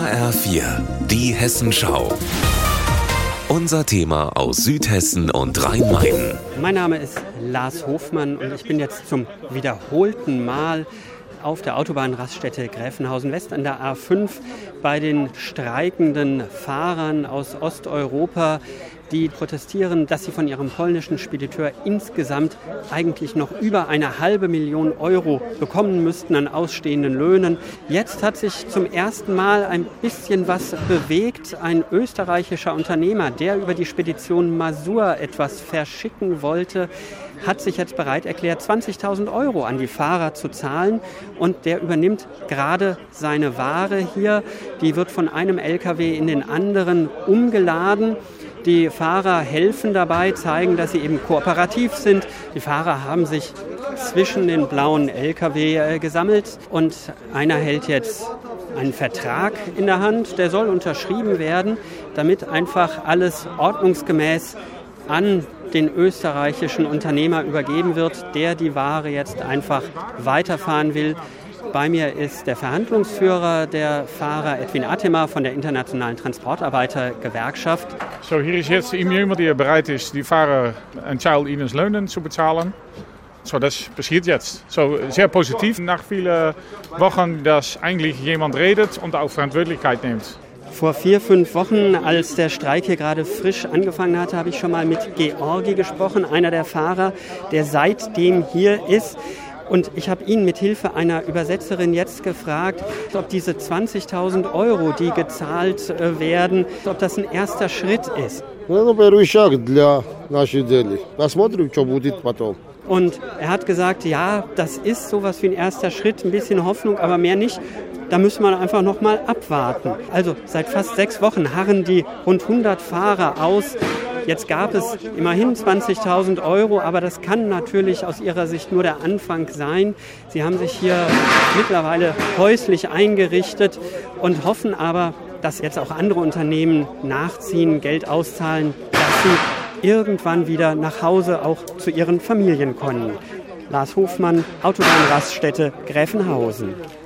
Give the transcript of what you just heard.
HR4, die Hessenschau. Unser Thema aus Südhessen und Rhein-Main. Mein Name ist Lars Hofmann und ich bin jetzt zum wiederholten Mal auf der Autobahnraststätte Gräfenhausen West an der A5 bei den streikenden Fahrern aus Osteuropa, die protestieren, dass sie von ihrem polnischen Spediteur insgesamt eigentlich noch über 500.000 Euro bekommen müssten an ausstehenden Löhnen. Jetzt hat sich zum ersten Mal ein bisschen was bewegt. Ein österreichischer Unternehmer, der über die Spedition Mazur etwas verschicken wollte, hat sich jetzt bereit erklärt, 20.000 Euro an die Fahrer zu zahlen. Und der übernimmt gerade seine Ware hier. Die wird von einem LKW in den anderen umgeladen. Die Fahrer helfen dabei, zeigen, dass sie eben kooperativ sind. Die Fahrer haben sich zwischen den blauen LKW gesammelt und einer hält jetzt einen Vertrag in der Hand, der soll unterschrieben werden, damit einfach alles ordnungsgemäß an den österreichischen Unternehmer übergeben wird, der die Ware jetzt einfach weiterfahren will. Bei mir ist der Verhandlungsführer der Fahrer, Edwin Atema von der Internationalen Transportarbeitergewerkschaft. So, hier ist jetzt iemand, der bereit ist, die Fahrer einen Teil ihres Löhnen zu bezahlen. So, das passiert jetzt. So, sehr positiv nach vielen Wochen, dass eigentlich jemand redet und auch Verantwortlichkeit nimmt. Vor 4-5 Wochen, als der Streik hier gerade frisch angefangen hatte, habe ich schon mal mit Georgi gesprochen, einer der Fahrer, der seitdem hier ist. Und ich habe ihn mit Hilfe einer Übersetzerin jetzt gefragt, ob diese 20.000 Euro, die gezahlt werden, ob das ein erster Schritt ist. Und er hat gesagt, ja, das ist sowas wie ein erster Schritt, ein bisschen Hoffnung, aber mehr nicht. Da müssen wir einfach noch mal abwarten. Also seit fast 6 Wochen harren die rund 100 Fahrer aus. Jetzt gab es immerhin 20.000 Euro, aber das kann natürlich aus ihrer Sicht nur der Anfang sein. Sie haben sich hier mittlerweile häuslich eingerichtet und hoffen aber, dass jetzt auch andere Unternehmen nachziehen, Geld auszahlen, dass sie irgendwann wieder nach Hause auch zu ihren Familien kommen. Lars Hofmann, Autobahnraststätte Gräfenhausen.